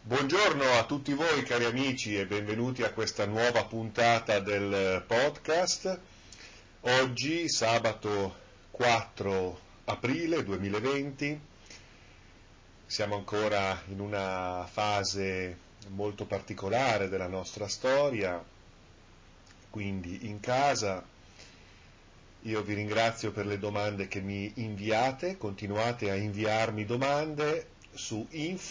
Buongiorno a tutti voi cari amici e benvenuti a questa nuova puntata del podcast. Oggi sabato 4 aprile 2020, siamo ancora in una fase molto particolare della nostra storia, quindi in casa. Io vi ringrazio per le domande che mi inviate, continuate a inviarmi domande su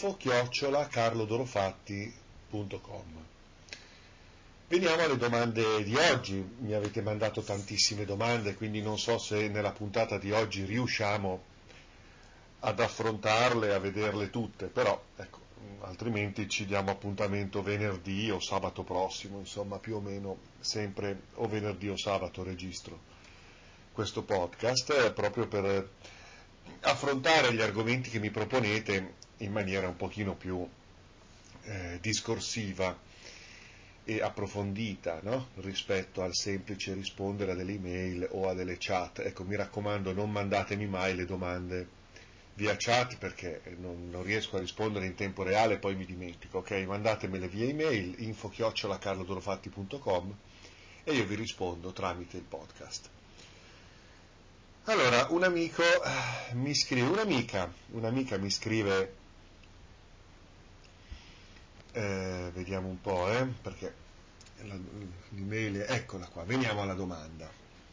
info@carlodorofatti.com. Veniamo alle domande di oggi. Mi avete mandato tantissime domande, quindi non so se nella puntata di oggi riusciamo ad affrontarle, a vederle tutte, però ecco, altrimenti ci diamo appuntamento venerdì o sabato prossimo, insomma più o meno sempre o venerdì o sabato registro questo podcast proprio per affrontare gli argomenti che mi proponete in maniera un pochino più discorsiva e approfondita, no? Rispetto al semplice rispondere a delle email o a delle chat. Ecco, mi raccomando, non mandatemi mai le domande via chat perché non riesco a rispondere in tempo reale e poi mi dimentico, ok? Mandatemele via email info@carlodorofatti.com e io vi rispondo tramite il podcast. Allora, un amico mi scrive, un'amica mi scrive, vediamo un po', perché l'email è, eccola qua, veniamo alla domanda.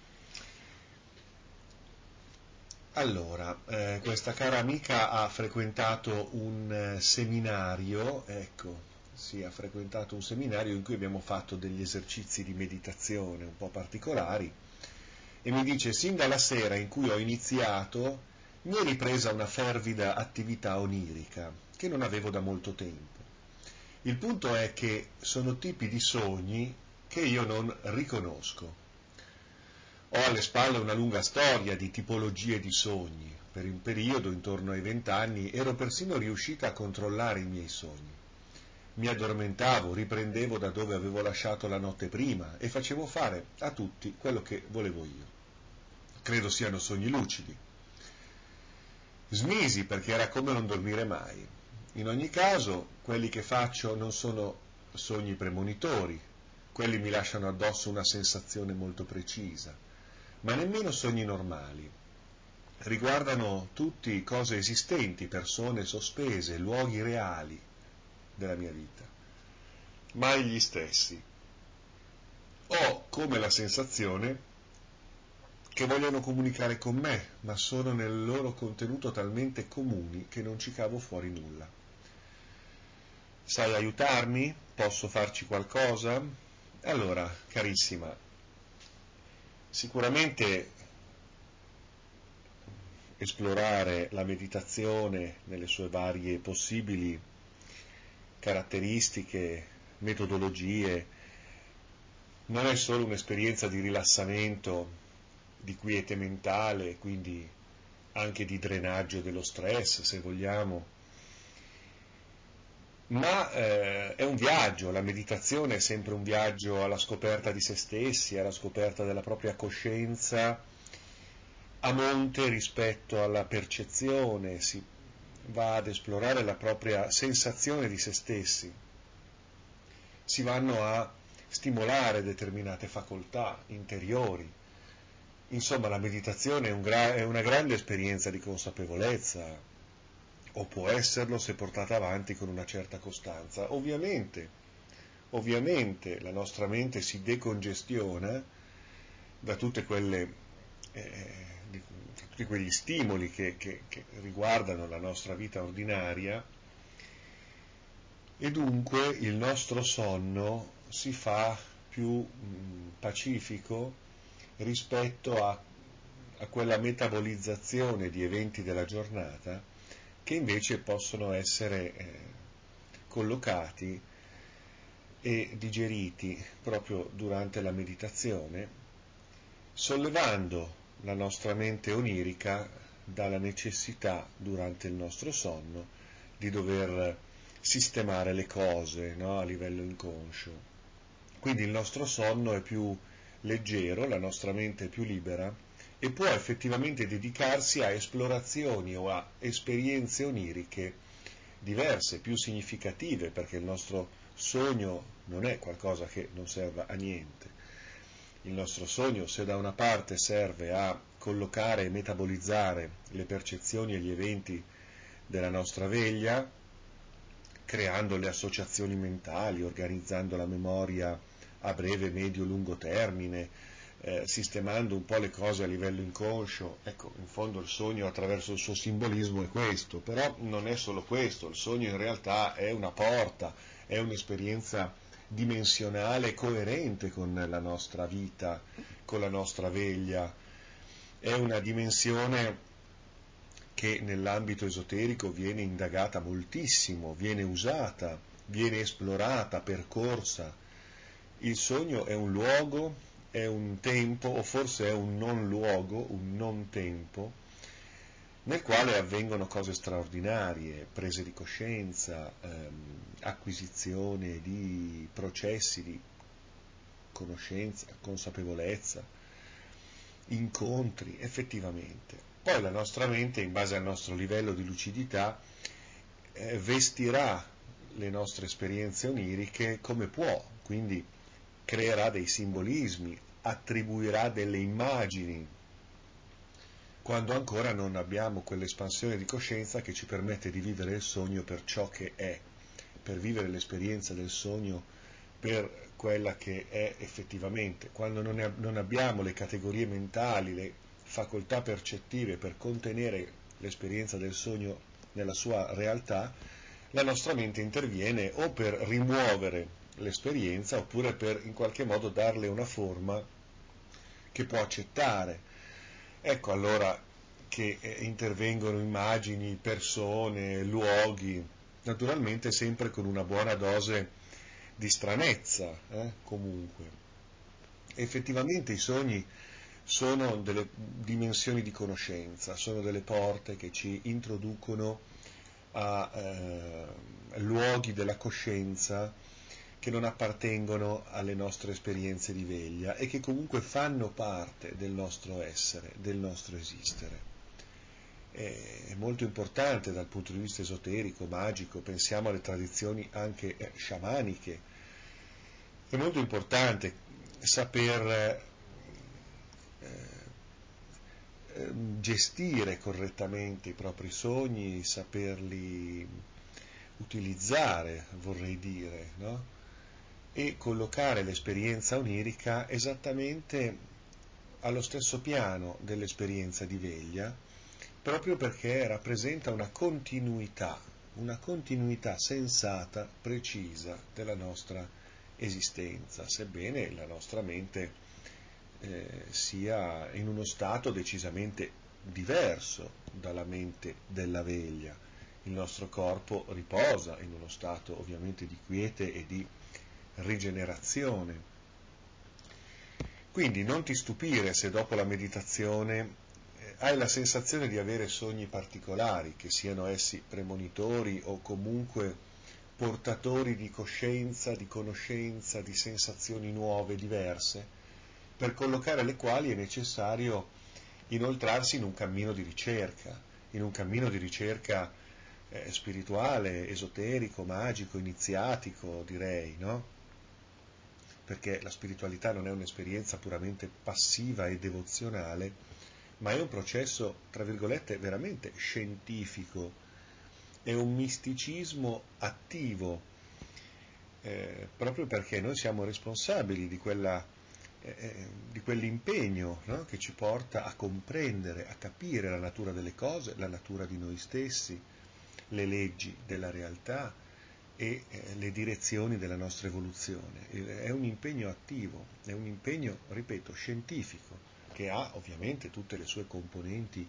Allora, questa cara amica ha frequentato un seminario, ecco, sì, ha frequentato un seminario in cui abbiamo fatto degli esercizi di meditazione un po' particolari. E mi dice: sin dalla sera in cui ho iniziato mi è ripresa una fervida attività onirica che non avevo da molto tempo. Il punto è che sono tipi di sogni che io non riconosco. Ho alle spalle una lunga storia di tipologie di sogni. Per un periodo, intorno ai 20 anni, ero persino riuscita a controllare i miei sogni. Mi addormentavo, riprendevo da dove avevo lasciato la notte prima e facevo fare a tutti quello che volevo io. Credo siano sogni lucidi. Smisi perché era come non dormire mai. In ogni caso, quelli che faccio non sono sogni premonitori, quelli mi lasciano addosso una sensazione molto precisa, ma nemmeno sogni normali. Riguardano tutti cose esistenti, persone sospese, luoghi reali della mia vita. Mai gli stessi. Ho come la sensazione che vogliono comunicare con me, ma sono nel loro contenuto talmente comuni che non ci cavo fuori nulla. Sai aiutarmi? Posso farci qualcosa? Allora, carissima, sicuramente esplorare la meditazione nelle sue varie possibili caratteristiche, metodologie, non è solo un'esperienza di rilassamento, di quiete mentale, quindi anche di drenaggio dello stress, se vogliamo, ma è un viaggio. La meditazione è sempre un viaggio alla scoperta di se stessi, alla scoperta della propria coscienza, a monte rispetto alla percezione, si va ad esplorare la propria sensazione di se stessi, si vanno a stimolare determinate facoltà interiori. Insomma, la meditazione è una grande esperienza di consapevolezza, o può esserlo se portata avanti con una certa costanza. Ovviamente la nostra mente si decongestiona da tutte quelle di tutti quegli stimoli che riguardano la nostra vita ordinaria, e dunque il nostro sonno si fa più pacifico rispetto a quella metabolizzazione di eventi della giornata che invece possono essere collocati e digeriti proprio durante la meditazione, sollevando la nostra mente onirica dalla necessità durante il nostro sonno di dover sistemare le cose, no? A livello inconscio. Quindi il nostro sonno è più leggero, la nostra mente è più libera e può effettivamente dedicarsi a esplorazioni o a esperienze oniriche diverse, più significative, perché il nostro sogno non è qualcosa che non serve a niente. Il nostro sogno, se da una parte serve a collocare e metabolizzare le percezioni e gli eventi della nostra veglia, creando le associazioni mentali, organizzando la memoria a breve, medio, lungo termine, sistemando un po' le cose a livello inconscio. Ecco, in fondo il sogno attraverso il suo simbolismo è questo, però non è solo questo, il sogno in realtà è una porta, è un'esperienza dimensionale coerente con la nostra vita, con la nostra veglia, è una dimensione che nell'ambito esoterico viene indagata moltissimo, viene usata, viene esplorata, percorsa. Il sogno è un luogo, è un tempo, o forse è un non luogo, un non tempo, nel quale avvengono cose straordinarie, prese di coscienza, acquisizione di processi di conoscenza, consapevolezza, incontri, effettivamente. Poi la nostra mente, in base al nostro livello di lucidità, vestirà le nostre esperienze oniriche come può, quindi creerà dei simbolismi, attribuirà delle immagini, quando ancora non abbiamo quell'espansione di coscienza che ci permette di vivere il sogno per ciò che è, per vivere l'esperienza del sogno per quella che è effettivamente. Quando non abbiamo le categorie mentali, le facoltà percettive per contenere l'esperienza del sogno nella sua realtà, la nostra mente interviene o per rimuovere l'esperienza oppure per in qualche modo darle una forma che può accettare. Ecco allora che intervengono immagini, persone, luoghi, naturalmente sempre con una buona dose di stranezza, comunque. Effettivamente i sogni sono delle dimensioni di conoscenza, sono delle porte che ci introducono a luoghi della coscienza che non appartengono alle nostre esperienze di veglia e che comunque fanno parte del nostro essere, del nostro esistere. È molto importante dal punto di vista esoterico, magico, pensiamo alle tradizioni anche sciamaniche, è molto importante saper gestire correttamente i propri sogni, saperli utilizzare, vorrei dire, no? E collocare l'esperienza onirica esattamente allo stesso piano dell'esperienza di veglia, proprio perché rappresenta una continuità sensata, precisa della nostra esistenza, sebbene la nostra mente sia in uno stato decisamente diverso dalla mente della veglia. Il nostro corpo riposa in uno stato ovviamente di quiete e di rigenerazione. Quindi non ti stupire se dopo la meditazione hai la sensazione di avere sogni particolari, che siano essi premonitori o comunque portatori di coscienza, di conoscenza, di sensazioni nuove, diverse, per collocare le quali è necessario inoltrarsi in un cammino di ricerca, spirituale, esoterico, magico, iniziatico, direi, no? Perché la spiritualità non è un'esperienza puramente passiva e devozionale, ma è un processo, tra virgolette, veramente scientifico, è un misticismo attivo, proprio perché noi siamo responsabili di quell'impegno, no? Che ci porta a comprendere, a capire la natura delle cose, la natura di noi stessi, le leggi della realtà e le direzioni della nostra evoluzione. È un impegno attivo, è un impegno, ripeto, scientifico, che ha ovviamente tutte le sue componenti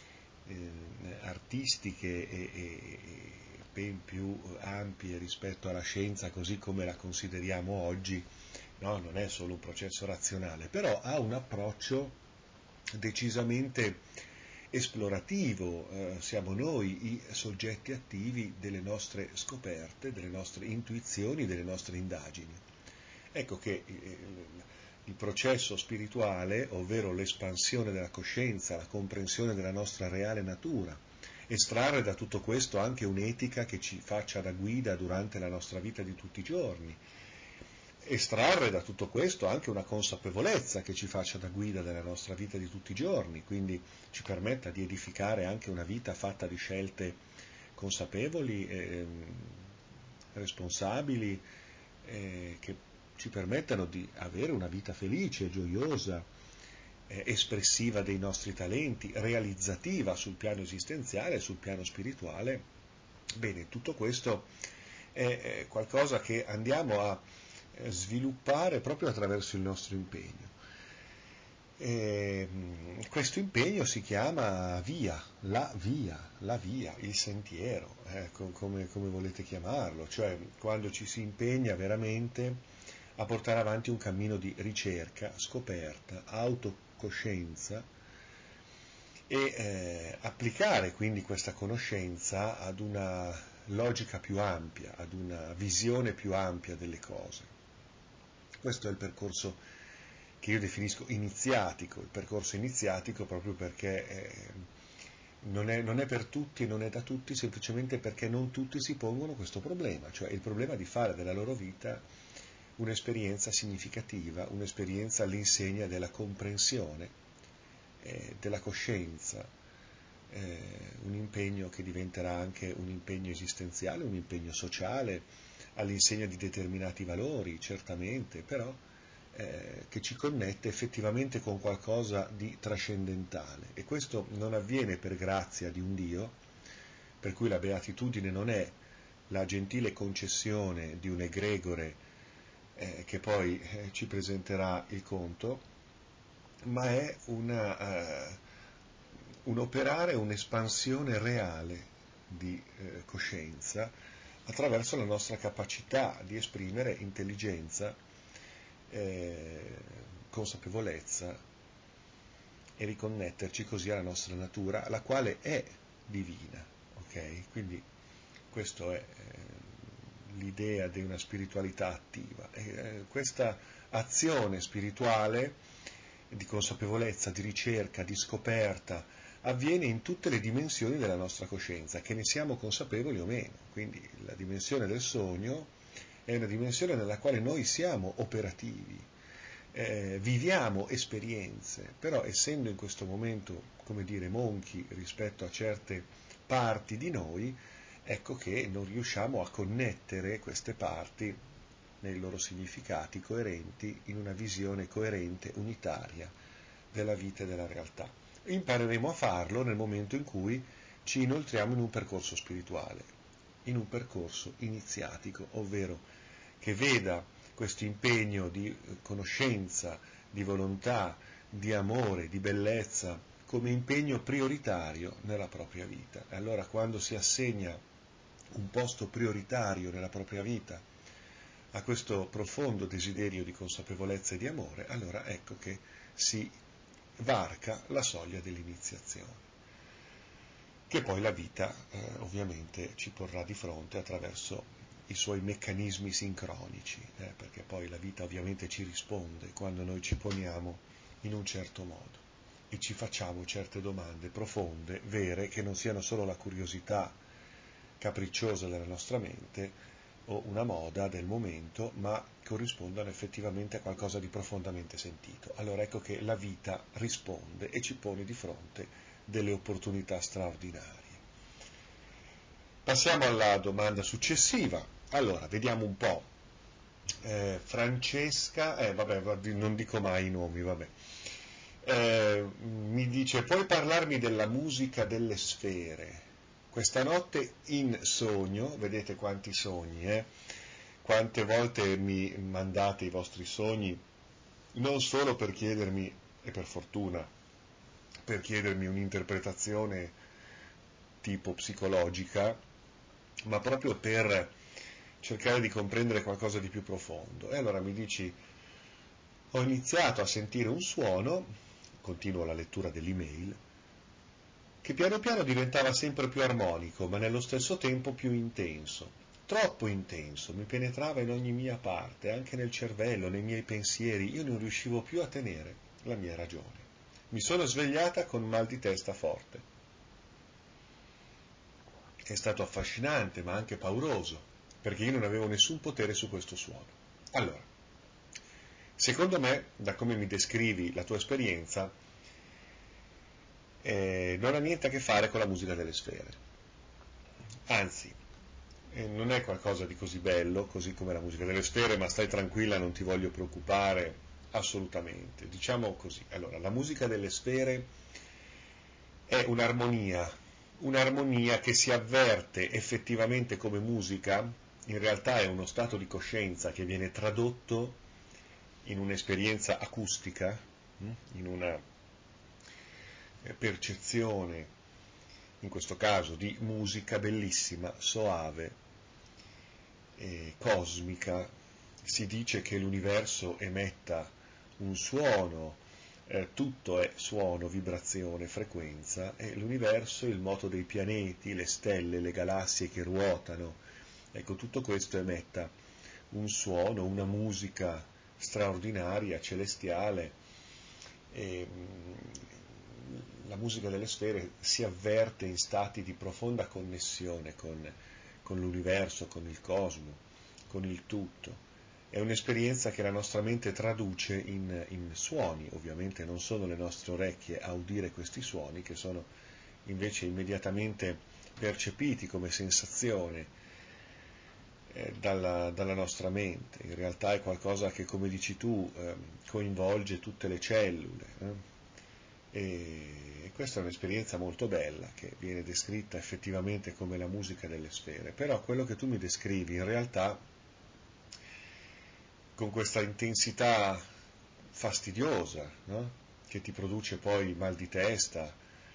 artistiche e ben più ampie rispetto alla scienza così come la consideriamo oggi, no? Non è solo un processo razionale, però ha un approccio decisamente esplorativo, siamo noi i soggetti attivi delle nostre scoperte, delle nostre intuizioni, delle nostre indagini. Ecco che il processo spirituale, ovvero l'espansione della coscienza, la comprensione della nostra reale natura estrarre da tutto questo anche un'etica che ci faccia da guida durante la nostra vita di tutti i giorni, estrarre da tutto questo anche una consapevolezza che ci faccia da guida della nostra vita di tutti i giorni, quindi ci permetta di edificare anche una vita fatta di scelte consapevoli, responsabili, che ci permettano di avere una vita felice, gioiosa, espressiva dei nostri talenti, realizzativa sul piano esistenziale e sul piano spirituale. Bene, tutto questo è qualcosa che andiamo a sviluppare proprio attraverso il nostro impegno. Questo impegno si chiama via, il sentiero, come volete chiamarlo, cioè quando ci si impegna veramente a portare avanti un cammino di ricerca, scoperta, autocoscienza e applicare quindi questa conoscenza ad una logica più ampia, ad una visione più ampia delle cose. Questo è il percorso che io definisco iniziatico, il percorso iniziatico proprio perché non è per tutti e non è da tutti, semplicemente perché non tutti si pongono questo problema, cioè il problema di fare della loro vita un'esperienza significativa, un'esperienza all'insegna della comprensione, della coscienza, un impegno che diventerà anche un impegno esistenziale, un impegno sociale, all'insegna di determinati valori, certamente, però che ci connette effettivamente con qualcosa di trascendentale. E questo non avviene per grazia di un Dio, per cui la beatitudine non è la gentile concessione di un egregore che poi ci presenterà il conto, ma è un operare, un'espansione reale di coscienza attraverso la nostra capacità di esprimere intelligenza, consapevolezza e riconnetterci così alla nostra natura, la quale è divina, ok? Quindi questo è l'idea di una spiritualità attiva. Questa azione spirituale di consapevolezza, di ricerca, di scoperta avviene in tutte le dimensioni della nostra coscienza, che ne siamo consapevoli o meno. Quindi la dimensione del sogno è una dimensione nella quale noi siamo operativi, viviamo esperienze, però essendo in questo momento, come dire, monchi rispetto a certe parti di noi, ecco che non riusciamo a connettere queste parti nei loro significati coerenti in una visione coerente, unitaria della vita e della realtà. Impareremo a farlo nel momento in cui ci inoltriamo in un percorso spirituale, in un percorso iniziatico, ovvero che veda questo impegno di conoscenza, di volontà, di amore, di bellezza come impegno prioritario nella propria vita. E allora quando si assegna un posto prioritario nella propria vita a questo profondo desiderio di consapevolezza e di amore, allora ecco che si varca la soglia dell'iniziazione, che poi la vita ovviamente ci porrà di fronte attraverso i suoi meccanismi sincronici, perché poi la vita ovviamente ci risponde quando noi ci poniamo in un certo modo e ci facciamo certe domande profonde, vere, che non siano solo la curiosità capricciosa della nostra mente o una moda del momento, ma corrispondano effettivamente a qualcosa di profondamente sentito. Allora ecco che la vita risponde e ci pone di fronte delle opportunità straordinarie. Passiamo alla domanda successiva. Allora, vediamo un po'. Francesca, non dico mai i nomi, vabbè. Mi dice, puoi parlarmi della musica delle sfere? Questa notte in sogno, vedete quanti sogni, quante volte mi mandate i vostri sogni, non solo per chiedermi, e per fortuna, per chiedermi un'interpretazione tipo psicologica, ma proprio per cercare di comprendere qualcosa di più profondo. E allora mi dici, ho iniziato a sentire un suono, continuo la lettura dell'email, che piano piano diventava sempre più armonico, ma nello stesso tempo più intenso. Troppo intenso, mi penetrava in ogni mia parte, anche nel cervello, nei miei pensieri, io non riuscivo più a tenere la mia ragione. Mi sono svegliata con mal di testa forte. è stato affascinante ma anche pauroso, perché io non avevo nessun potere su questo suono. Allora, secondo me, da come mi descrivi la tua esperienza, non ha niente a che fare con la musica delle sfere. Anzi, non è qualcosa di così bello, così come la musica delle sfere, ma stai tranquilla, non ti voglio preoccupare assolutamente. Diciamo così, allora, la musica delle sfere è un'armonia che si avverte effettivamente come musica, in realtà è uno stato di coscienza che viene tradotto in un'esperienza acustica, in una percezione, in questo caso di musica bellissima, soave, cosmica. Si dice che l'universo emetta un suono, tutto è suono, vibrazione, frequenza, e l'universo, il moto dei pianeti, le stelle, le galassie che ruotano, ecco, tutto questo emetta un suono, una musica straordinaria, celestiale. E, la musica delle sfere si avverte in stati di profonda connessione con l'universo, con il cosmo, con il tutto. È un'esperienza che la nostra mente traduce in suoni, ovviamente non sono le nostre orecchie a udire questi suoni, che sono invece immediatamente percepiti come sensazione dalla nostra mente. In realtà è qualcosa che, come dici tu, coinvolge tutte le cellule. E questa è un'esperienza molto bella, che viene descritta effettivamente come la musica delle sfere. Però quello che tu mi descrivi in realtà, con questa intensità fastidiosa, no? Che ti produce poi mal di testa,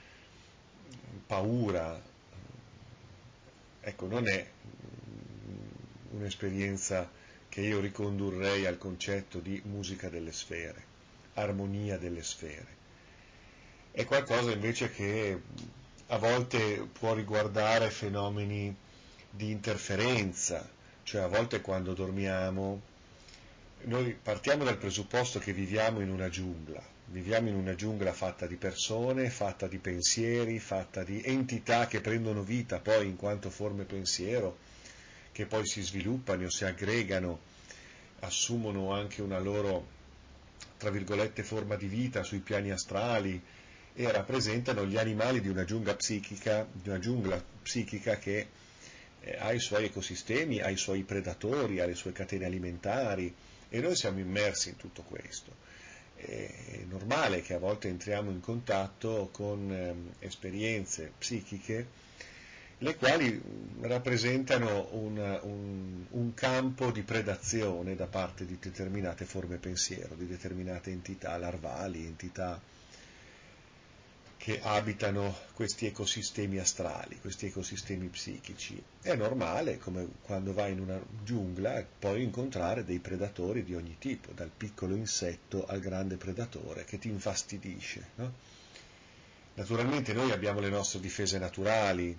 paura, ecco, non è un'esperienza che io ricondurrei al concetto di musica delle sfere, armonia delle sfere. È qualcosa invece che a volte può riguardare fenomeni di interferenza, cioè a volte quando dormiamo, noi partiamo dal presupposto che viviamo in una giungla fatta di persone, fatta di pensieri, fatta di entità che prendono vita poi in quanto forme pensiero, che poi si sviluppano o si aggregano, assumono anche una loro, tra virgolette, forma di vita sui piani astrali e rappresentano gli animali di una giungla psichica che ha i suoi ecosistemi, ha i suoi predatori, ha le sue catene alimentari, e noi siamo immersi in tutto questo. È normale che a volte entriamo in contatto con esperienze psichiche le quali rappresentano un campo di predazione da parte di determinate forme pensiero, di determinate entità larvali, entità che abitano questi ecosistemi astrali, questi ecosistemi psichici. È normale, come quando vai in una giungla, poi incontrare dei predatori di ogni tipo, dal piccolo insetto al grande predatore che ti infastidisce, no? Naturalmente noi abbiamo le nostre difese naturali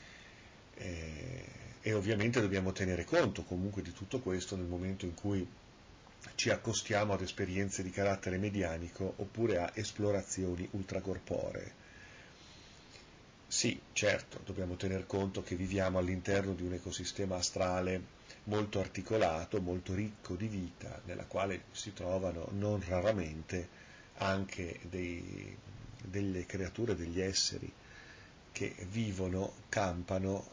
e ovviamente dobbiamo tenere conto comunque di tutto questo nel momento in cui ci accostiamo ad esperienze di carattere medianico oppure a esplorazioni ultracorporee. Sì, certo, dobbiamo tener conto che viviamo all'interno di un ecosistema astrale molto articolato, molto ricco di vita, nella quale si trovano non raramente anche delle creature, degli esseri che vivono, campano,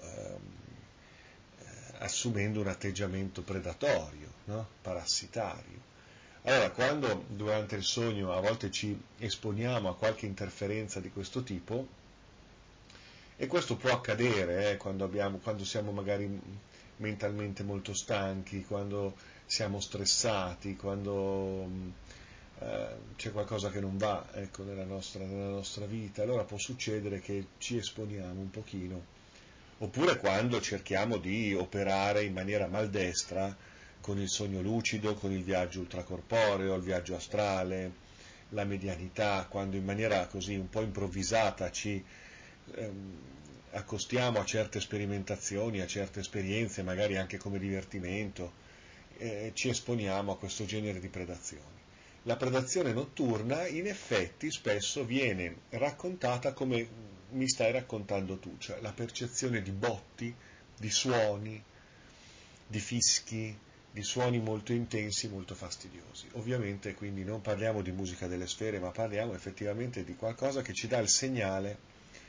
assumendo un atteggiamento predatorio, no? Parassitario. Allora, quando durante il sogno a volte ci esponiamo a qualche interferenza di questo tipo, e questo può accadere quando siamo magari mentalmente molto stanchi, quando siamo stressati, quando c'è qualcosa che non va, ecco, nella nostra vita, allora può succedere che ci esponiamo un pochino, oppure quando cerchiamo di operare in maniera maldestra con il sogno lucido, con il viaggio ultracorporeo, il viaggio astrale, la medianità, quando in maniera così un po' improvvisata ci accostiamo a certe sperimentazioni, a certe esperienze, magari anche come divertimento, ci esponiamo a questo genere di predazioni. La predazione notturna in effetti spesso viene raccontata come mi stai raccontando tu, cioè la percezione di botti, di suoni, di fischi, di suoni molto intensi, molto fastidiosi. Ovviamente quindi non parliamo di musica delle sfere, ma parliamo effettivamente di qualcosa che ci dà il segnale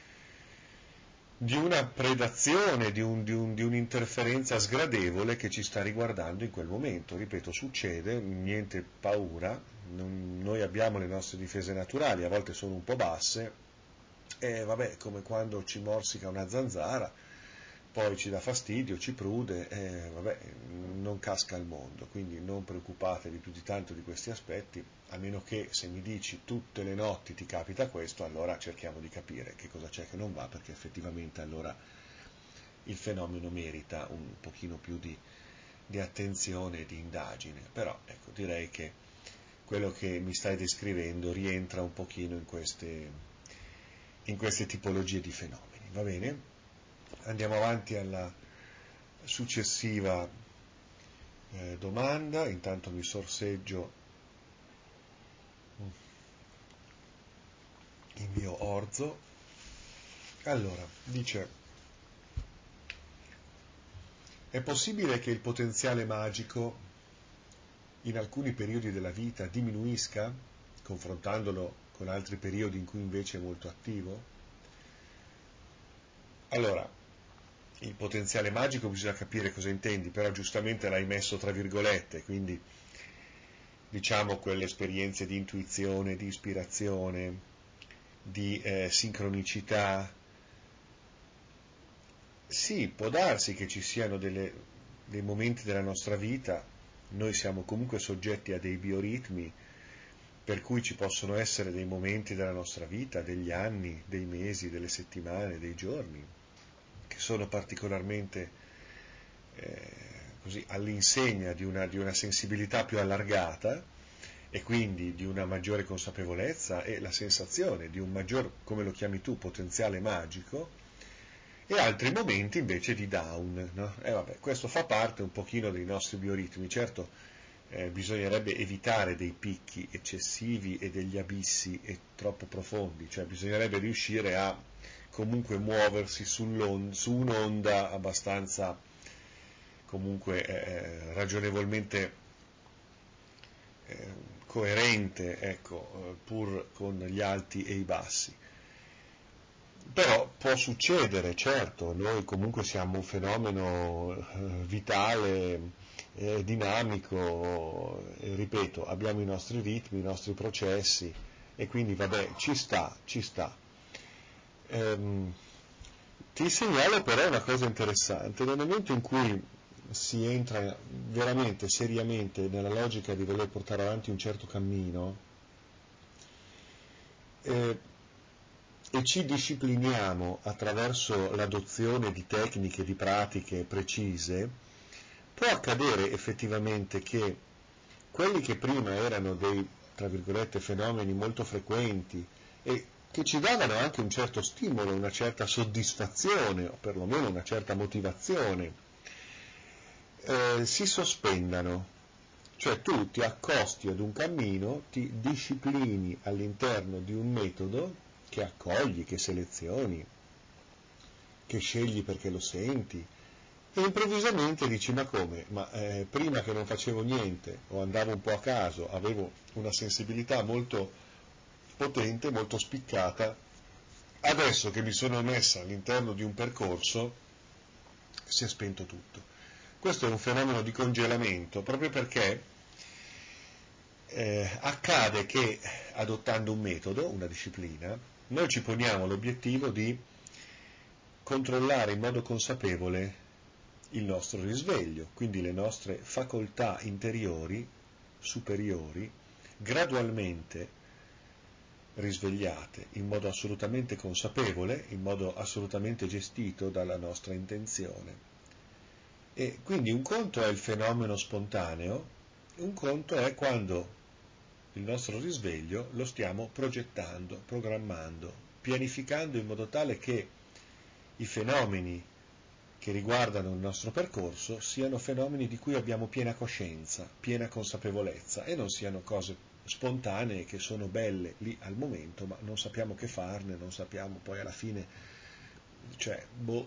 di una predazione, di un'interferenza sgradevole che ci sta riguardando in quel momento. Ripeto, succede, niente paura, noi abbiamo le nostre difese naturali, a volte sono un po' basse, e vabbè, come quando ci morsica una zanzara, poi ci dà fastidio, ci prude, vabbè, non casca il mondo, quindi non preoccupatevi più di tanto di questi aspetti, a meno che se mi dici tutte le notti ti capita questo, allora cerchiamo di capire che cosa c'è che non va, perché effettivamente allora il fenomeno merita un pochino più di attenzione e di indagine, però ecco, direi che quello che mi stai descrivendo rientra un pochino in queste tipologie di fenomeni, va bene? Andiamo avanti alla successiva domanda, intanto mi sorseggio il mio orzo. Allora, dice, è possibile che il potenziale magico in alcuni periodi della vita diminuisca, confrontandolo con altri periodi in cui invece è molto attivo? Allora, il potenziale magico bisogna capire cosa intendi, però giustamente l'hai messo tra virgolette, quindi diciamo quelle esperienze di intuizione, di ispirazione, di sincronicità. Sì, può darsi che ci siano dei momenti della nostra vita, noi siamo comunque soggetti a dei bioritmi, per cui ci possono essere dei momenti della nostra vita, degli anni, dei mesi, delle settimane, dei giorni, che sono particolarmente così all'insegna di una sensibilità più allargata e quindi di una maggiore consapevolezza e la sensazione di un maggior, come lo chiami tu, potenziale magico, e altri momenti invece di down, no? Vabbè, questo fa parte un pochino dei nostri bioritmi, certo bisognerebbe evitare dei picchi eccessivi e degli abissi troppo profondi, cioè bisognerebbe riuscire a comunque muoversi su un'onda abbastanza comunque ragionevolmente coerente, ecco, pur con gli alti e i bassi. Però può succedere, certo, noi comunque siamo un fenomeno vitale, dinamico, ripeto, abbiamo i nostri ritmi, i nostri processi e quindi vabbè, ci sta, ci sta. Ti segnalo però una cosa interessante, nel momento in cui si entra veramente, seriamente nella logica di voler portare avanti un certo cammino, e ci discipliniamo attraverso l'adozione di tecniche, di pratiche precise, può accadere effettivamente che quelli che prima erano dei, tra virgolette, fenomeni molto frequenti e che ci davano anche un certo stimolo, una certa soddisfazione o perlomeno una certa motivazione, si sospendano. Cioè tu ti accosti ad un cammino, ti disciplini all'interno di un metodo che accogli, che selezioni, che scegli perché lo senti, e improvvisamente dici ma come? Ma prima che non facevo niente o andavo un po' a caso, avevo una sensibilità molto potente, molto spiccata, adesso che mi sono messa all'interno di un percorso si è spento tutto. Questo è un fenomeno di congelamento proprio perché accade che adottando un metodo, una disciplina, noi ci poniamo l'obiettivo di controllare in modo consapevole il nostro risveglio, quindi le nostre facoltà interiori, superiori, gradualmente risvegliate in modo assolutamente consapevole, in modo assolutamente gestito dalla nostra intenzione. E quindi un conto è il fenomeno spontaneo, un conto è quando il nostro risveglio lo stiamo progettando, programmando, pianificando in modo tale che i fenomeni che riguardano il nostro percorso siano fenomeni di cui abbiamo piena coscienza, piena consapevolezza e non siano cose spontanee che sono belle lì al momento, ma non sappiamo che farne, non sappiamo poi alla fine, cioè,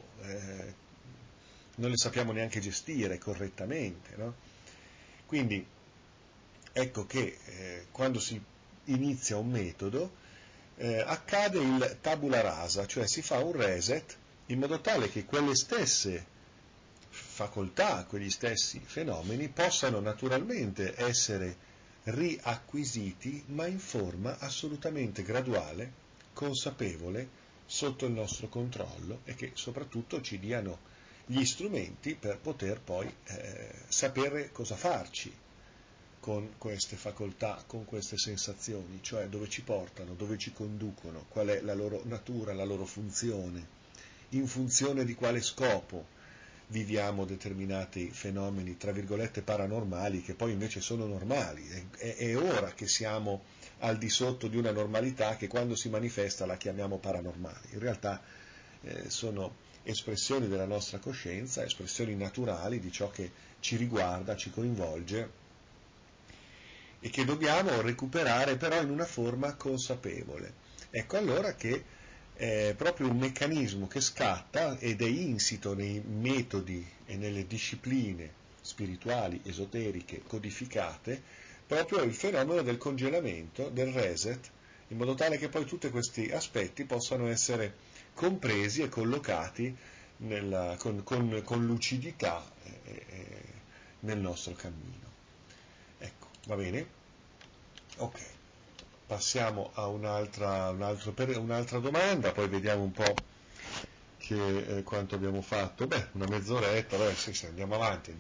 non le sappiamo neanche gestire correttamente, no? Quindi ecco che quando si inizia un metodo accade il tabula rasa, cioè si fa un reset in modo tale che quelle stesse facoltà, quegli stessi fenomeni possano naturalmente essere riacquisiti, ma in forma assolutamente graduale, consapevole, sotto il nostro controllo e che soprattutto ci diano gli strumenti per poter poi sapere cosa farci con queste facoltà, con queste sensazioni, cioè dove ci portano, dove ci conducono, qual è la loro natura, la loro funzione, in funzione di quale scopo viviamo determinati fenomeni, tra virgolette, paranormali, che poi invece sono normali. È ora che siamo al di sotto di una normalità che quando si manifesta la chiamiamo paranormale. In realtà sono espressioni della nostra coscienza, espressioni naturali di ciò che ci riguarda, ci coinvolge e che dobbiamo recuperare però in una forma consapevole. Ecco allora che è proprio un meccanismo che scatta ed è insito nei metodi e nelle discipline spirituali, esoteriche, codificate, proprio il fenomeno del congelamento, del reset, in modo tale che poi tutti questi aspetti possano essere compresi e collocati con lucidità nel nostro cammino. Ecco, va bene? Ok, passiamo a un'altra domanda, poi vediamo un po' quanto abbiamo fatto. Beh, una mezz'oretta, beh, sì, andiamo avanti.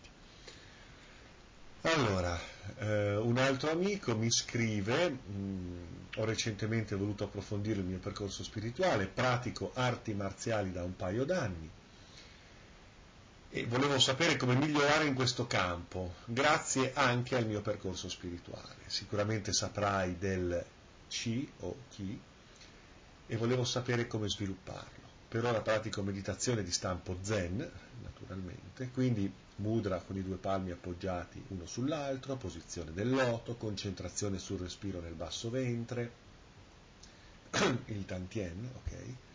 Allora, un altro amico mi scrive, ho recentemente voluto approfondire il mio percorso spirituale, pratico arti marziali da un paio d'anni, e volevo sapere come migliorare in questo campo, grazie anche al mio percorso spirituale. Sicuramente saprai del Chi o Chi e volevo sapere come svilupparlo. Per ora pratico meditazione di stampo Zen, naturalmente, quindi mudra con i due palmi appoggiati uno sull'altro, posizione del loto, concentrazione sul respiro nel basso ventre, il Tantien, ok?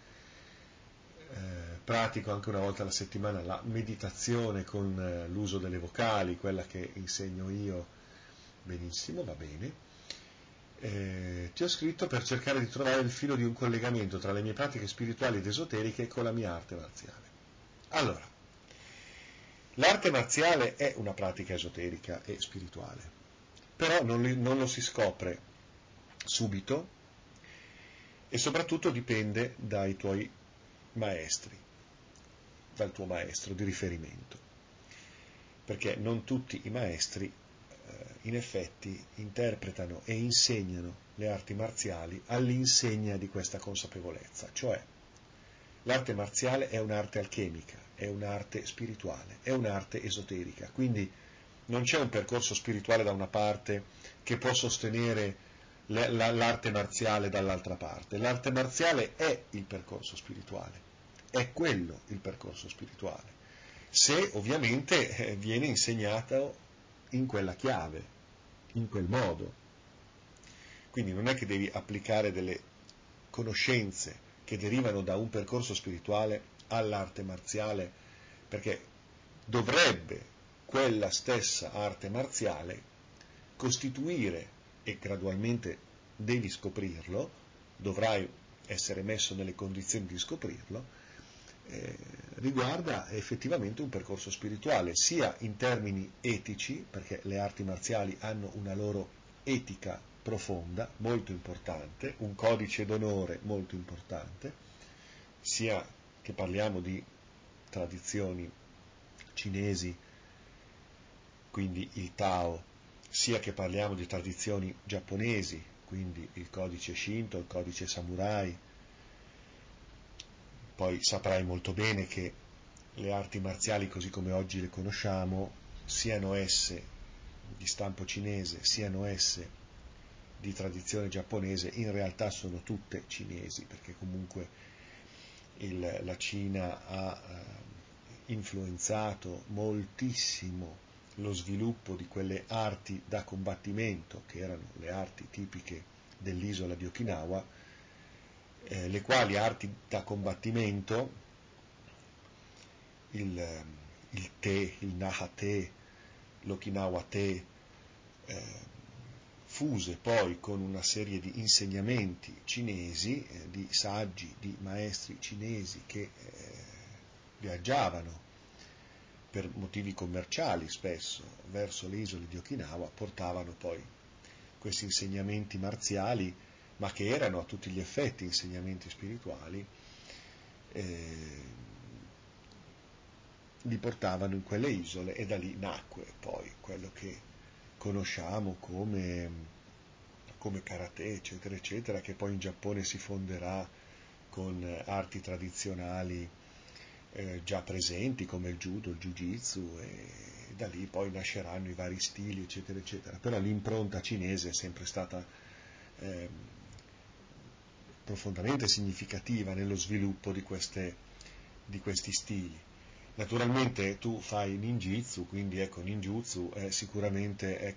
Pratico anche una volta alla settimana la meditazione con l'uso delle vocali, quella che insegno io, benissimo, va bene. Ti ho scritto per cercare di trovare il filo di un collegamento tra le mie pratiche spirituali ed esoteriche con la mia arte marziale. Allora, l'arte marziale è una pratica esoterica e spirituale, però non lo si scopre subito e soprattutto dipende dai tuoi maestri, dal tuo maestro di riferimento, perché non tutti i maestri in effetti interpretano e insegnano le arti marziali all'insegna di questa consapevolezza, cioè l'arte marziale è un'arte alchemica, è un'arte spirituale, è un'arte esoterica, quindi non c'è un percorso spirituale da una parte che può sostenere l'arte marziale dall'altra parte. L'arte marziale è il percorso spirituale, è quello il percorso spirituale, se ovviamente viene insegnato in quella chiave, in quel modo. Quindi non è che devi applicare delle conoscenze che derivano da un percorso spirituale all'arte marziale, perché dovrebbe quella stessa arte marziale costituire, e gradualmente devi scoprirlo, dovrai essere messo nelle condizioni di scoprirlo, riguarda effettivamente un percorso spirituale, sia in termini etici, perché le arti marziali hanno una loro etica profonda, molto importante, un codice d'onore molto importante, sia che parliamo di tradizioni cinesi, quindi il Tao, sia che parliamo di tradizioni giapponesi, quindi il codice Shinto, il codice Samurai. Poi saprai molto bene che le arti marziali così come oggi le conosciamo, siano esse di stampo cinese, siano esse di tradizione giapponese, in realtà sono tutte cinesi, perché comunque la Cina ha influenzato moltissimo lo sviluppo di quelle arti da combattimento, che erano le arti tipiche dell'isola di Okinawa, le quali arti da combattimento, il te, il naha-te, l'Okinawa-te, fuse poi con una serie di insegnamenti cinesi, di saggi, di maestri cinesi che viaggiavano per motivi commerciali spesso verso le isole di Okinawa, portavano poi questi insegnamenti marziali, ma che erano a tutti gli effetti insegnamenti spirituali, li portavano in quelle isole e da lì nacque poi quello che conosciamo come karate, eccetera, eccetera, che poi in Giappone si fonderà con arti tradizionali già presenti come il judo, il jiu-jitsu, e da lì poi nasceranno i vari stili, eccetera, eccetera. Però l'impronta cinese è sempre stata profondamente significativa nello sviluppo di questi stili. Naturalmente tu fai ninjutsu, quindi ninjutsu sicuramente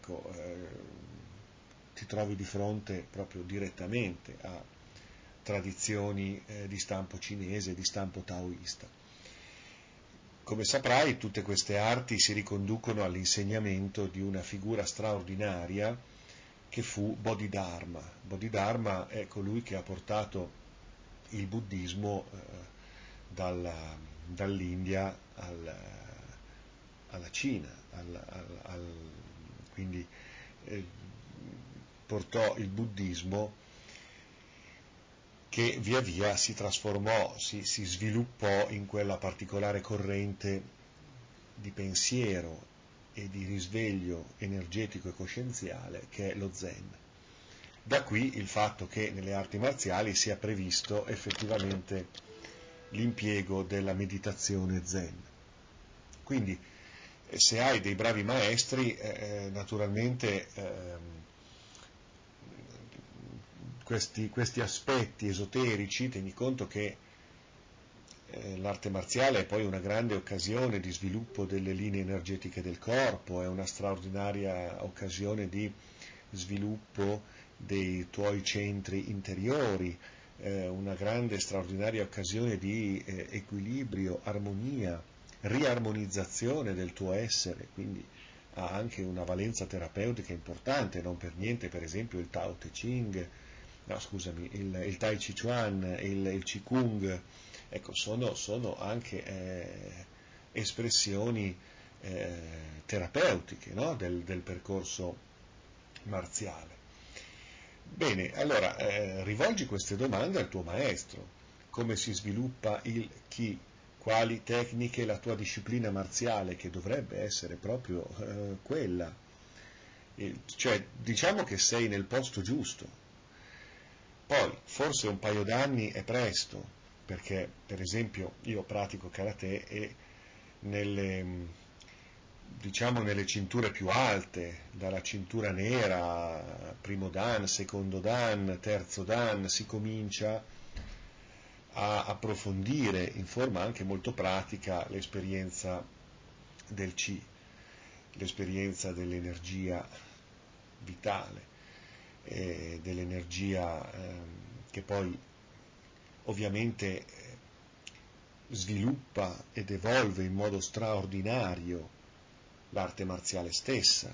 ti trovi di fronte proprio direttamente a tradizioni di stampo cinese, di stampo taoista. Come saprai, tutte queste arti si riconducono all'insegnamento di una figura straordinaria che fu Bodhidharma. Bodhidharma è colui che ha portato il buddismo dall'India alla Cina, quindi portò il buddismo che via via si trasformò, si sviluppò in quella particolare corrente di pensiero e di risveglio energetico e coscienziale che è lo Zen. Da qui il fatto che nelle arti marziali sia previsto effettivamente l'impiego della meditazione Zen. Quindi se hai dei bravi maestri, naturalmente questi aspetti esoterici, tieni conto che l'arte marziale è poi una grande occasione di sviluppo delle linee energetiche del corpo, è una straordinaria occasione di sviluppo dei tuoi centri interiori, una grande straordinaria occasione di equilibrio, armonia, riarmonizzazione del tuo essere, quindi ha anche una valenza terapeutica importante, non per niente per esempio il Tao Te Ching, il Tai Chi Chuan, il Qigong, sono anche espressioni terapeutiche, no? del percorso marziale. Bene, allora rivolgi queste domande al tuo maestro: come si sviluppa il Qi, quali tecniche la tua disciplina marziale, che dovrebbe essere proprio quella, cioè diciamo che sei nel posto giusto. Poi forse un paio d'anni è presto, perché per esempio io pratico karate e nelle cinture più alte, dalla cintura nera, primo dan, secondo dan, terzo dan, si comincia a approfondire in forma anche molto pratica l'esperienza del Qi, l'esperienza dell'energia vitale, dell'energia che poi ovviamente sviluppa ed evolve in modo straordinario l'arte marziale stessa,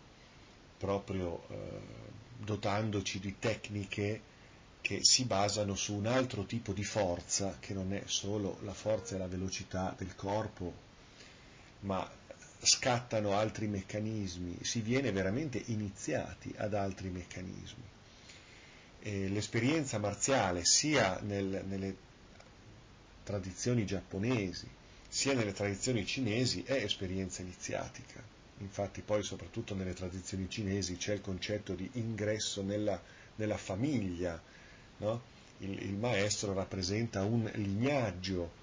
proprio dotandoci di tecniche che si basano su un altro tipo di forza, che non è solo la forza e la velocità del corpo, ma scattano altri meccanismi, si viene veramente iniziati ad altri meccanismi. L'esperienza marziale sia nelle tradizioni giapponesi sia nelle tradizioni cinesi è esperienza iniziatica. Infatti poi soprattutto nelle tradizioni cinesi c'è il concetto di ingresso nella famiglia, no? Il maestro rappresenta un lignaggio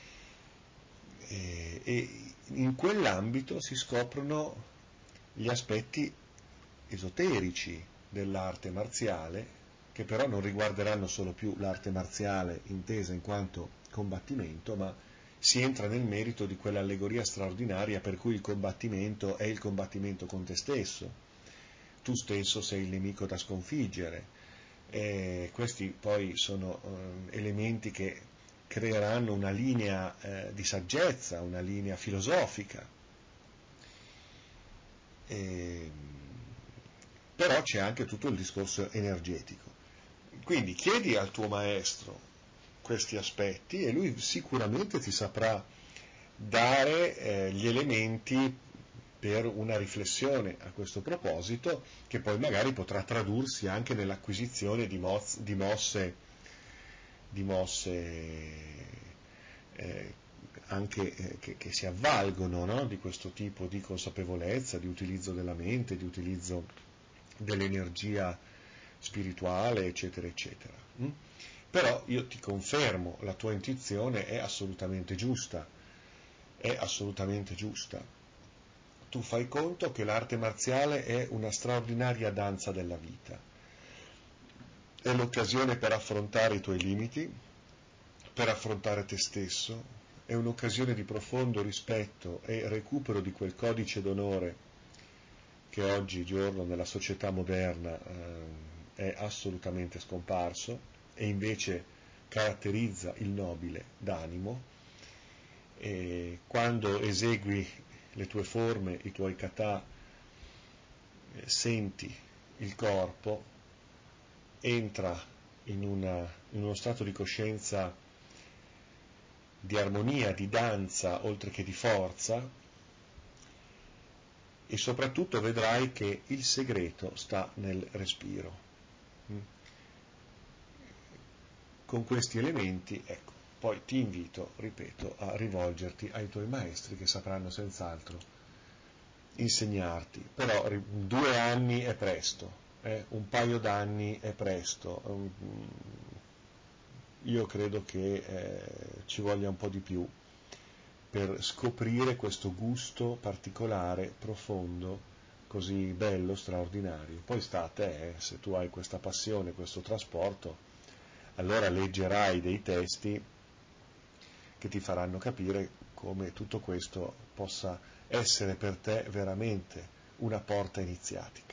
e in quell'ambito si scoprono gli aspetti esoterici dell'arte marziale, che però non riguarderanno solo più l'arte marziale intesa in quanto combattimento, ma si entra nel merito di quell'allegoria straordinaria per cui il combattimento è il combattimento con te stesso. Tu stesso sei il nemico da sconfiggere. E questi poi sono elementi che creeranno una linea di saggezza, una linea filosofica. Però c'è anche tutto il discorso energetico. Quindi chiedi al tuo maestro questi aspetti e lui sicuramente ti saprà dare gli elementi per una riflessione a questo proposito, che poi magari potrà tradursi anche nell'acquisizione di mosse anche che si avvalgono, no? Di questo tipo di consapevolezza, di utilizzo della mente, di utilizzo dell'energia spirituale, eccetera, eccetera. Però io ti confermo, la tua intuizione è assolutamente giusta, Tu fai conto che l'arte marziale è una straordinaria danza della vita, è l'occasione per affrontare i tuoi limiti, per affrontare te stesso, è un'occasione di profondo rispetto e recupero di quel codice d'onore che oggigiorno nella società moderna è assolutamente scomparso e invece caratterizza il nobile d'animo. E quando esegui le tue forme, i tuoi kata, senti il corpo, entra in uno stato di coscienza di armonia, di danza, oltre che di forza, e soprattutto vedrai che il segreto sta nel respiro. Con questi elementi, ecco, poi ti invito, ripeto, a rivolgerti ai tuoi maestri che sapranno senz'altro insegnarti. Però 2 anni è presto, un paio d'anni è presto. Io credo che ci voglia un po' di più per scoprire questo gusto particolare, profondo, così bello, straordinario. Poi sta a te, se tu hai questa passione, questo trasporto, allora leggerai dei testi che ti faranno capire come tutto questo possa essere per te veramente una porta iniziatica.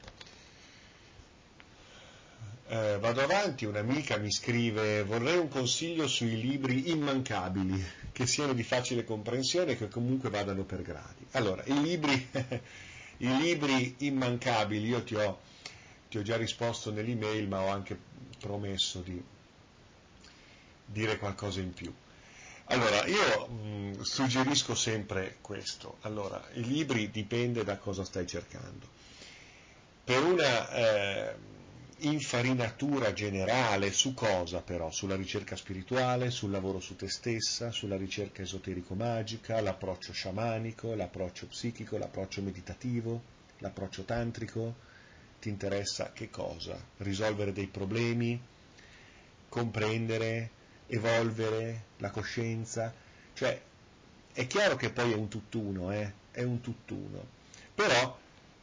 Vado avanti, un'amica mi scrive: vorrei un consiglio sui libri immancabili, che siano di facile comprensione e che comunque vadano per gradi. Allora, i libri immancabili, io ti ho già risposto nell'email, ma ho anche promesso di dire qualcosa in più. Allora, io suggerisco sempre questo. Allora, i libri dipende da cosa stai cercando. Per una infarinatura generale su cosa però? Sulla ricerca spirituale, sul lavoro su te stessa, sulla ricerca esoterico-magica, l'approccio sciamanico, l'approccio psichico, l'approccio meditativo, l'approccio tantrico. Ti interessa che cosa? Risolvere dei problemi, comprendere, evolvere la coscienza, cioè è chiaro che poi è un tutt'uno, è un tutt'uno, però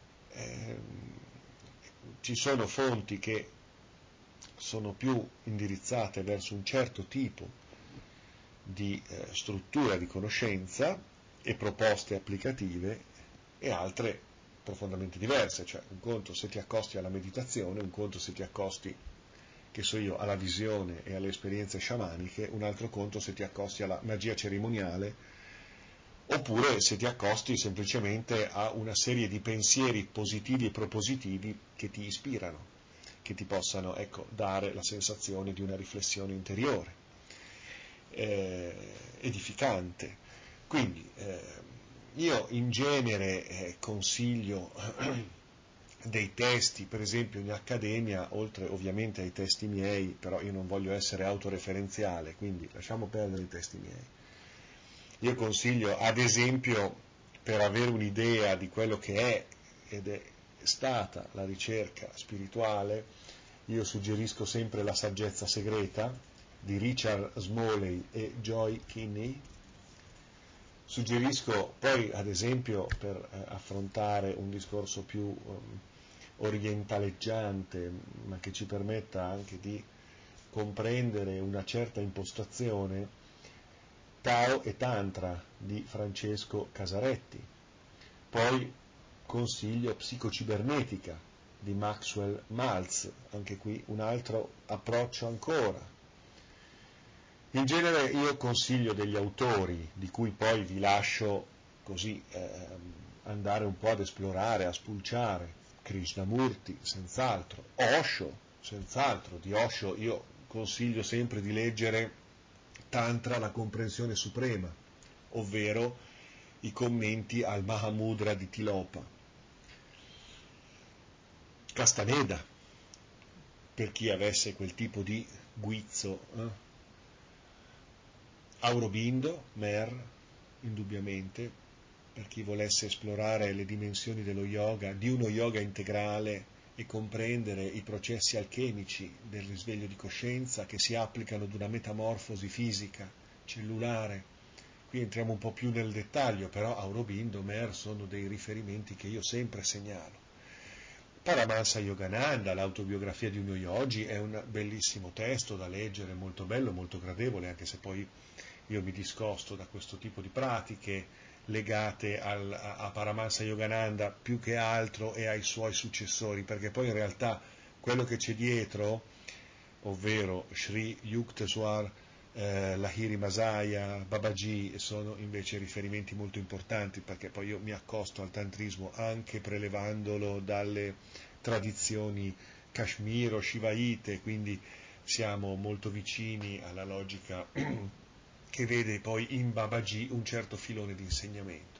ci sono fonti che sono più indirizzate verso un certo tipo di struttura di conoscenza e proposte applicative e altre profondamente diverse, cioè un conto se ti accosti alla meditazione, un conto se ti accosti, che so io, alla visione e alle esperienze sciamaniche, un altro conto se ti accosti alla magia cerimoniale, oppure se ti accosti semplicemente a una serie di pensieri positivi e propositivi che ti ispirano, che ti possano, ecco, dare la sensazione di una riflessione interiore, edificante. Quindi io in genere consiglio dei testi, per esempio in accademia, oltre ovviamente ai testi miei, però io non voglio essere autoreferenziale, quindi lasciamo perdere i testi miei. Io consiglio, ad esempio, per avere un'idea di quello che è ed è stata la ricerca spirituale, io suggerisco sempre La saggezza segreta di Richard Smalley e Joy Kinney. Suggerisco poi, ad esempio, per affrontare un discorso più orientaleggiante, ma che ci permetta anche di comprendere una certa impostazione, Tao e Tantra di Francesco Casaretti, poi consiglio Psicocibernetica di Maxwell Maltz, anche qui un altro approccio ancora. In genere io consiglio degli autori di cui poi vi lascio così andare un po' ad esplorare, a spulciare. Krishnamurti, senz'altro, Osho, senz'altro. Di Osho io consiglio sempre di leggere Tantra, la comprensione suprema, ovvero i commenti al Mahamudra di Tilopa. Castaneda, per chi avesse quel tipo di guizzo. Aurobindo, Mer, indubbiamente, per chi volesse esplorare le dimensioni dello yoga, di uno yoga integrale e comprendere i processi alchemici del risveglio di coscienza che si applicano ad una metamorfosi fisica, cellulare. Qui entriamo un po' più nel dettaglio, però Aurobindo, Mer sono dei riferimenti che io sempre segnalo. Paramahansa Yogananda, l'autobiografia di uno yogi, è un bellissimo testo da leggere, molto bello, molto gradevole, anche se poi io mi discosto da questo tipo di pratiche legate a Paramahansa Yogananda più che altro e ai suoi successori, perché poi in realtà quello che c'è dietro, ovvero Sri Yukteswar, Lahiri Masaya, Babaji, sono invece riferimenti molto importanti, perché poi io mi accosto al tantrismo anche prelevandolo dalle tradizioni kashmiro, shivaite, quindi siamo molto vicini alla logica che vede poi in Babaji un certo filone di insegnamento.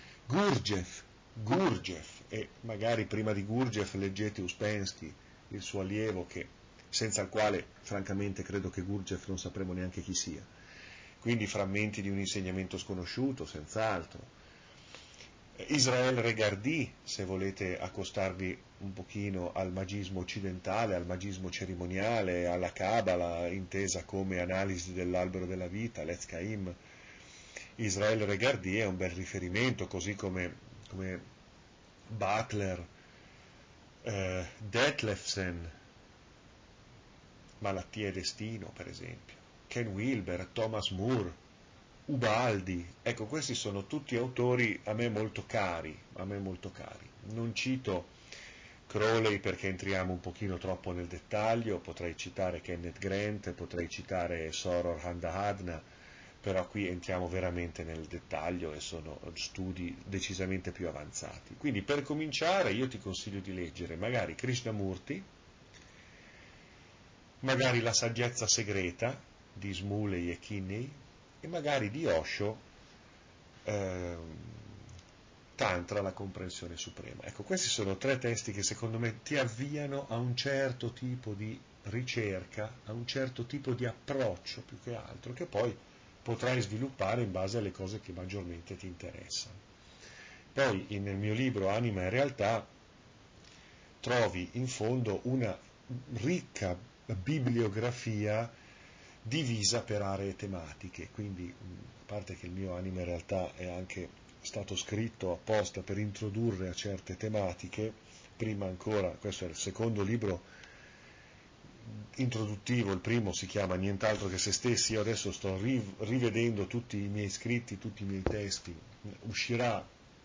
Gurdjieff, e magari prima di Gurdjieff leggete Uspensky, il suo allievo, senza il quale francamente credo che Gurdjieff non sapremo neanche chi sia. Quindi frammenti di un insegnamento sconosciuto, senz'altro. Israel Regardie, se volete accostarvi un pochino al magismo occidentale, al magismo cerimoniale, alla Kabbalah, intesa come analisi dell'albero della vita, l'Etz Chaim. Israel Regardie è un bel riferimento, così come Butler, Detlefsen, Malattia e destino, per esempio, Ken Wilber, Thomas Moore, Ubaldi. Ecco, questi sono tutti autori a me molto cari. Non cito Crowley perché entriamo un pochino troppo nel dettaglio, potrei citare Kenneth Grant, potrei citare Soror Handahadna, però qui entriamo veramente nel dettaglio e sono studi decisamente più avanzati. Quindi per cominciare io ti consiglio di leggere magari Krishnamurti, magari La saggezza segreta di Smuley e Kinney, e magari di Osho Tantra, la comprensione suprema. Ecco, questi sono tre testi che secondo me ti avviano a un certo tipo di ricerca, a un certo tipo di approccio più che altro, che poi potrai sviluppare in base alle cose che maggiormente ti interessano. Poi nel mio libro Anima e Realtà trovi in fondo una ricca bibliografia divisa per aree tematiche, quindi a parte che il mio Anima in realtà è anche stato scritto apposta per introdurre a certe tematiche, prima ancora, questo è il secondo libro introduttivo, il primo si chiama Nient'altro che se stessi, io adesso sto rivedendo tutti i miei scritti, tutti i miei testi, uscirà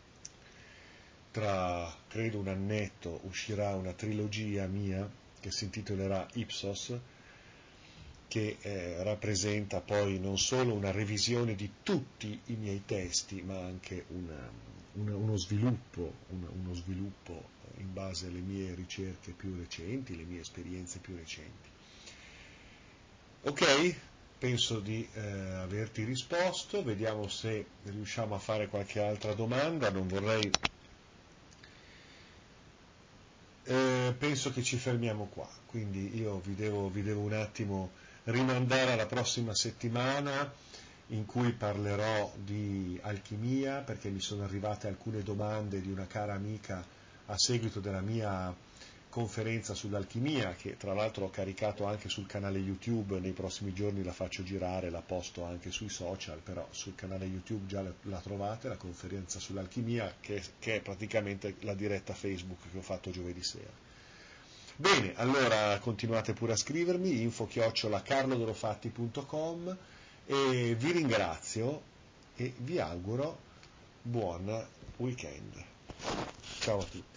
tra credo un annetto, uscirà una trilogia mia che si intitolerà Ipsos, che rappresenta poi non solo una revisione di tutti i miei testi, ma anche uno sviluppo in base alle mie ricerche più recenti, le mie esperienze più recenti. Ok, penso di averti risposto, vediamo se riusciamo a fare qualche altra domanda, non vorrei... penso che ci fermiamo qua, quindi io vi devo un attimo rimandare alla prossima settimana in cui parlerò di alchimia, perché mi sono arrivate alcune domande di una cara amica a seguito della mia conferenza sull'alchimia, che tra l'altro ho caricato anche sul canale YouTube, nei prossimi giorni la faccio girare, la posto anche sui social, però sul canale YouTube già la trovate, la conferenza sull'alchimia, che è praticamente la diretta Facebook che ho fatto giovedì sera. Bene, allora continuate pure a scrivermi, info@carlodorofatti.com, e vi ringrazio e vi auguro buon weekend. Ciao a tutti.